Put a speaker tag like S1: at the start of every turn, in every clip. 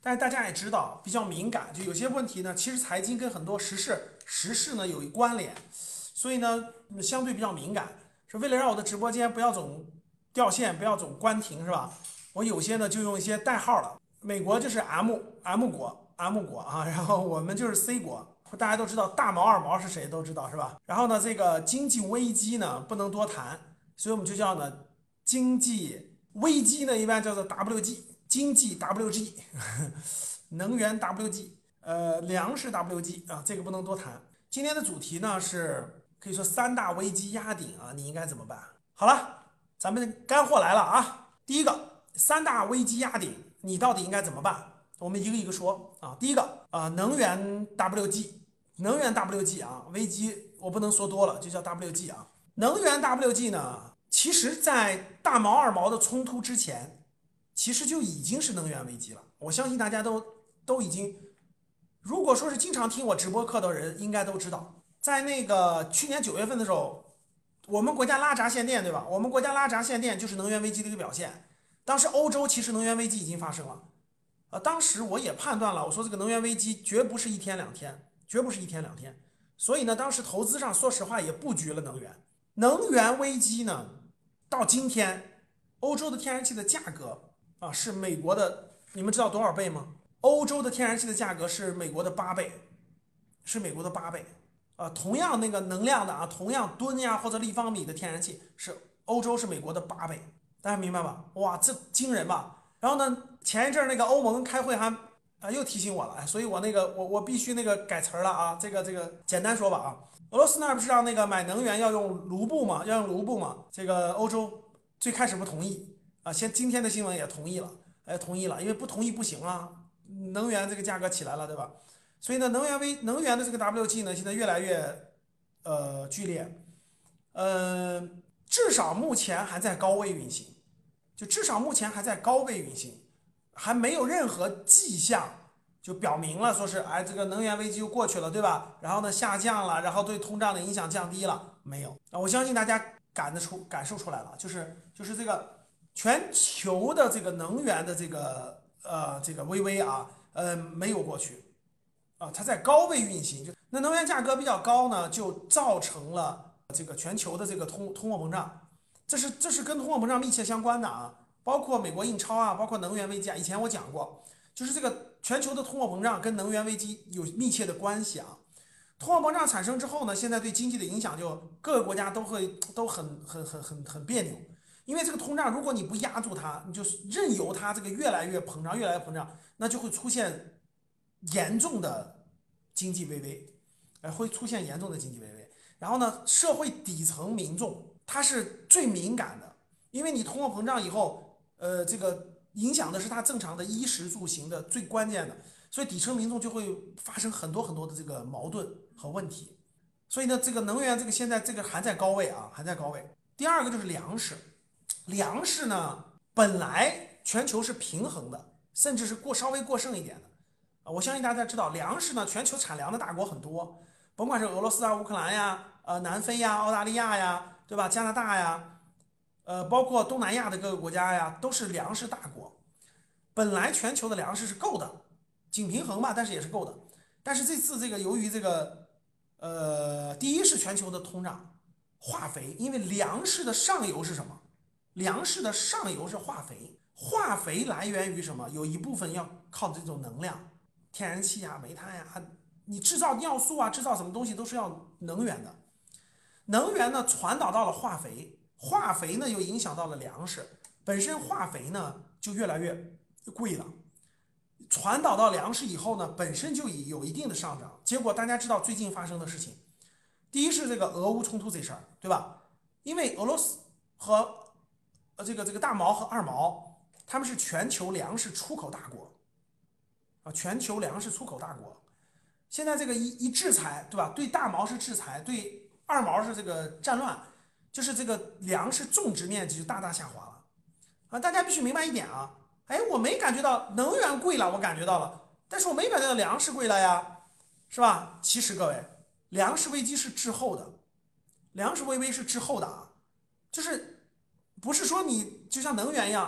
S1: 但是大家也知道比较敏感，就有些问题呢，其实财经跟很多时事呢有一关联，所以呢相对比较敏感。是为了让我的直播间不要总掉线，不要总关停，是吧？我有些呢就用一些代号了。美国就是 M 国啊，然后我们就是 C 国。大家都知道大毛二毛是谁，都知道是吧？然后呢，这个经济危机呢不能多谈，所以我们就叫呢经济危机呢一般叫做 WG，经济 WG，能源 WG，粮食 WG 啊，这个不能多谈。今天的主题呢是可以说三大危机压顶啊，你应该怎么办？好了，咱们干货来了啊！第一个，三大危机压顶，你到底应该怎么办？我们一个一个说啊。第一个能源 WG，能源 WG 啊，危机我不能说多了，就叫 WG 啊。能源 WG 呢，其实在大毛二毛的冲突之前，其实就已经是能源危机了。我相信大家都已经，如果说是经常听我直播课的人，应该都知道，在那个去年9月份的时候，我们国家拉闸限电，对吧？我们国家拉闸限电就是能源危机的一个表现。当时欧洲其实能源危机已经发生了，当时我也判断了，我说这个能源危机绝不是一天两天，绝不是一天两天。所以呢，当时投资上说实话也布局了能源。能源危机呢，到今天，欧洲的天然气的价格啊是美国的，你们知道多少倍吗？欧洲的天然气的价格是美国的8倍，是美国的8倍。同样那个能量的啊，同样吨呀或者立方米的天然气是欧洲是美国的8倍，大家明白吧？哇，这惊人吧？然后呢，前一阵那个欧盟开会还又提醒我了，所以我必须那个改词儿了啊，这个简单说吧啊，俄罗斯那儿不是让那个买能源要用卢布嘛，要用卢布嘛，这个欧洲最开始不同意啊，今天的新闻也同意了，同意了，因为不同意不行啊，能源这个价格起来了，对吧？所以呢，能源的这个 WG 呢，现在越来越剧烈，至少目前还在高位运行，就至少目前还在高位运行，还没有任何迹象就表明了说是哎这个能源危机就过去了，对吧？然后呢下降了，然后对通胀的影响降低了，没有啊？我相信大家感受出来了，就是这个全球的这个能源的这个微微啊没有过去，啊，它在高位运行，就那能源价格比较高呢，就造成了这个全球的这个通货膨胀，这是跟通货膨胀密切相关的啊，包括美国印钞啊，包括能源危机啊，以前我讲过，就是这个全球的通货膨胀跟能源危机有密切的关系啊。通货膨胀产生之后呢，现在对经济的影响就各个国家都很别扭，因为这个通胀如果你不压住它，你就任由它这个越来越膨胀，越来越膨胀，那就会出现严重的经济危机，会出现严重的经济危机。然后呢，社会底层民众他是最敏感的，因为你通货膨胀以后，这个影响的是他正常的衣食住行的最关键的，所以底层民众就会发生很多很多的这个矛盾和问题。所以呢，这个能源这个现在这个还在高位啊，还在高位。第二个就是粮食，粮食呢本来全球是平衡的，甚至是稍微过剩一点的。我相信大家知道，粮食呢，全球产粮的大国很多，甭管是俄罗斯啊、乌克兰呀、南非呀、澳大利亚呀，对吧？加拿大呀，包括东南亚的各个国家呀，都是粮食大国。本来全球的粮食是够的，仅平衡吧，但是也是够的。但是这次这个由于这个，第一是全球的通胀，化肥，因为粮食的上游是什么？粮食的上游是化肥，化肥来源于什么？有一部分要靠这种能量，天然气啊、煤炭呀、你制造尿素啊，制造什么东西都是要能源的。能源呢传导到了化肥，化肥呢又影响到了粮食，本身化肥呢就越来越贵了。传导到粮食以后呢，本身就有一定的上涨。结果大家知道最近发生的事情，第一是这个俄乌冲突这事儿，对吧？因为俄罗斯和这个大毛和二毛，他们是全球粮食出口大国啊，全球粮食出口大国。现在这个一制裁，对吧？对大毛是制裁，对二毛是这个战乱，就是这个粮食种植面积就大大下滑了啊！大家必须明白一点啊，哎，我没感觉到能源贵了，我感觉到了，但是我没感觉到粮食贵了呀，是吧？其实各位，粮食危机是滞后的，粮食危机是滞后的啊，就是不是说你就像能源一样啊，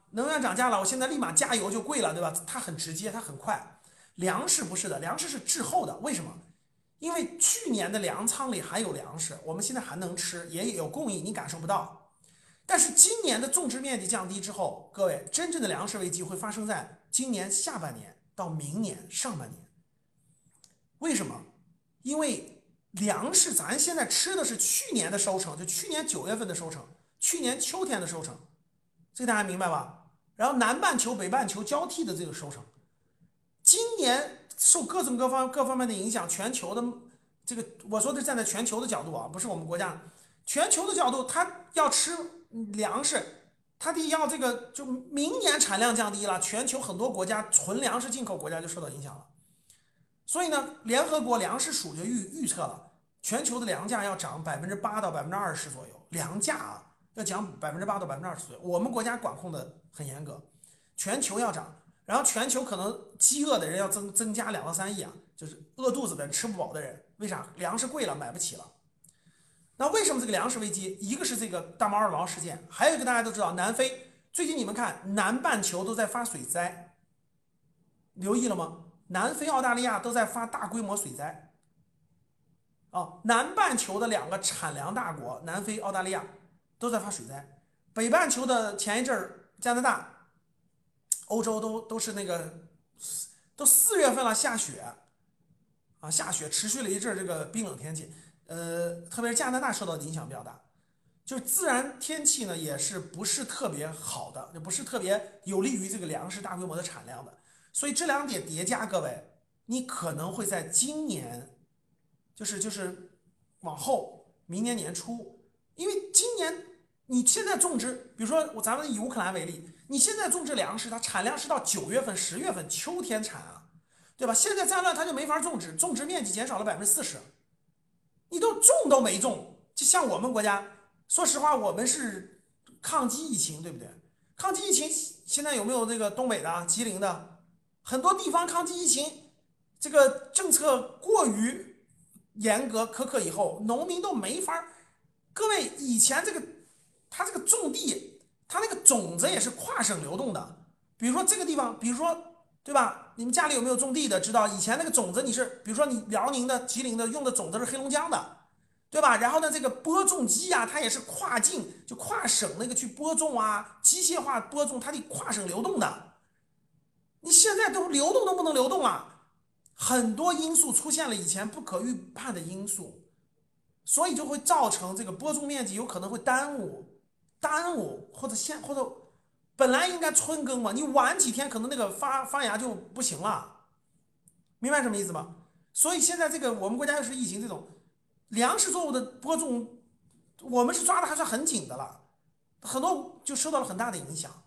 S1: 能源涨价了，我现在立马加油就贵了，对吧？它很直接，它很快。粮食不是的，粮食是滞后的，为什么？因为去年的粮仓里还有粮食，我们现在还能吃，也有供应，你感受不到。但是今年的种植面积降低之后，各位，真正的粮食危机会发生在今年下半年到明年上半年。为什么？因为粮食咱现在吃的是去年的收成，就去年9月份的收成，去年秋天的收成，这个大家明白吧？然后南半球、北半球交替的这个收成，今年受各方面的影响，全球的这个我说的是站在全球的角度啊，不是我们国家，全球的角度，它要吃粮食，它得要这个就明年产量降低了，全球很多国家纯粮食进口国家就受到影响了。所以呢，联合国粮食署就预测了，全球的粮价要涨8%到20%左右，粮价啊要涨8%到20%左右。我们国家管控的很严格，全球要涨，然后全球可能饥饿的人要增加2到3亿啊，就是饿肚子的人、吃不饱的人，为啥？粮食贵了，买不起了。那为什么这个粮食危机？一个是这个大猫二毛事件，还有一个大家都知道，南非最近你们看，南半球都在发水灾，留意了吗？南非、澳大利亚都在发大规模水灾啊！南半球的2个产粮大国，南非、澳大利亚都在发水灾。北半球的前一阵儿，加拿大、欧洲都是那个，都4月份了下雪啊，下雪持续了一阵这个冰冷天气，特别是加拿大受到的影响比较大。就是自然天气呢，也是不是特别好的，就不是特别有利于这个粮食大规模的产量的。所以这2点叠加，各位，你可能会在今年，就是往后明年年初，因为今年你现在种植，比如说咱们以乌克兰为例，你现在种植粮食，它产量是到9月份、10月份秋天产啊，对吧？现在战乱它就没法种植，种植面积减少了40%，你都种都没种。就像我们国家，说实话，我们是抗击疫情，对不对？抗击疫情现在有没有这个东北的、吉林的？很多地方抗击疫情，这个政策过于严格苛刻以后，农民都没法。各位以前他这个种地，他那个种子也是跨省流动的。比如说这个地方，比如说对吧？你们家里有没有种地的？知道以前那个种子你是，比如说你辽宁的、吉林的用的种子是黑龙江的，对吧？然后呢，这个播种机呀、它也是跨境就跨省那个去播种啊，机械化播种，它得跨省流动的。你现在都流动都不能流动了，很多因素出现了以前不可预判的因素，所以就会造成这个播种面积有可能会耽误或者本来应该春耕嘛，你晚几天可能那个发芽就不行了，明白什么意思吗？所以现在这个我们国家要是疫情这种粮食作物的播种，我们是抓的还算很紧的了，很多就受到了很大的影响，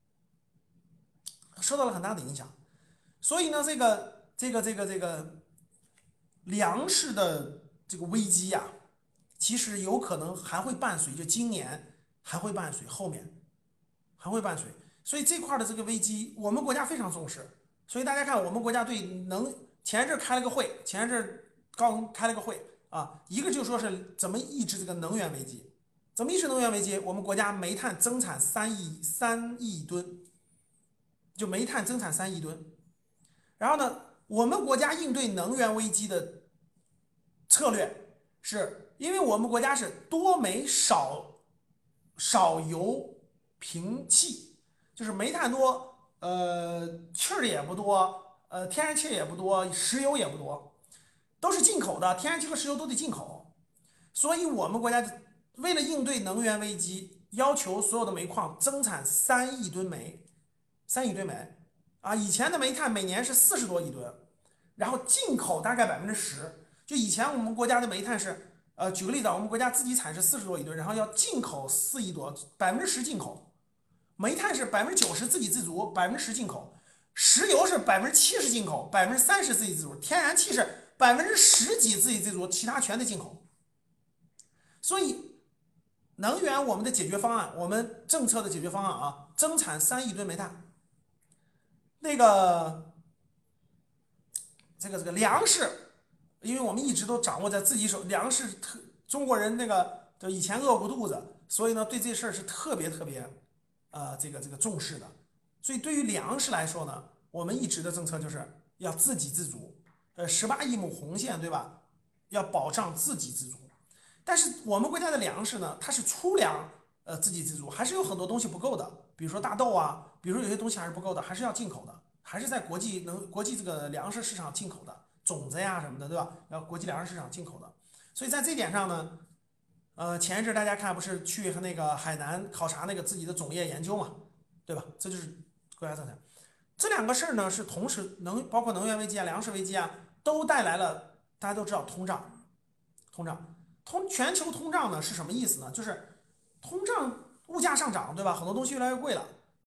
S1: 受到了很大的影响。所以呢，这个粮食的这个危机呀、其实有可能还会伴随，就今年还会伴随，后面还会伴随。所以这块的这个危机，我们国家非常重视。所以大家看，我们国家对前一阵开了个会，前一阵刚开了个会啊，一个就说是怎么抑制这个能源危机，怎么抑制能源危机？我们国家煤炭增产3亿吨，就煤炭增产3亿吨。然后呢，我们国家应对能源危机的策略是，因为我们国家是多煤少油平气，就是煤炭多，气儿也不多，天然气也不多，石油也不多，都是进口的，天然气和石油都得进口。所以我们国家为了应对能源危机，要求所有的煤矿增产3亿吨煤啊！以前的煤炭每年是40多亿吨，然后进口大概10%。就以前我们国家的煤炭是，举个例子啊，我们国家自己产是40多亿吨，然后要进口4亿多，10%进口。煤炭是90%自给自足，10%进口；石油是70%进口，30%自给自足；天然气是10%几自给自足，其他全得进口。所以，能源我们的解决方案，我们政策的解决方案啊，增产3亿吨煤炭。那个这个粮食，因为我们一直都掌握在自己手，粮食中国人那个就以前饿过肚子，所以呢对这事儿是特别这个重视的。 所以对于粮食来说呢，我们一直的政策就是要自给自足。18亿亩红线，对吧？要保障自给自足。但是我们国家的粮食呢，它是粗粮，自给自足，还是有很多东西不够的，比如说大豆啊，比如说有些东西还是不够的，还是要进口的，还是在国际这个粮食市场进口的，种子呀什么的，对吧？要国际粮食市场进口的。所以在这一点上呢，前一阵大家看不是去那个海南考察那个自己的种业研究嘛，对吧？这就是国家政策。这两个事儿呢是同时包括能源危机啊、粮食危机啊，都带来了大家都知道通胀，通胀，全球通胀呢是什么意思呢？就是通胀物价上涨，对吧？很多东西越来越贵了，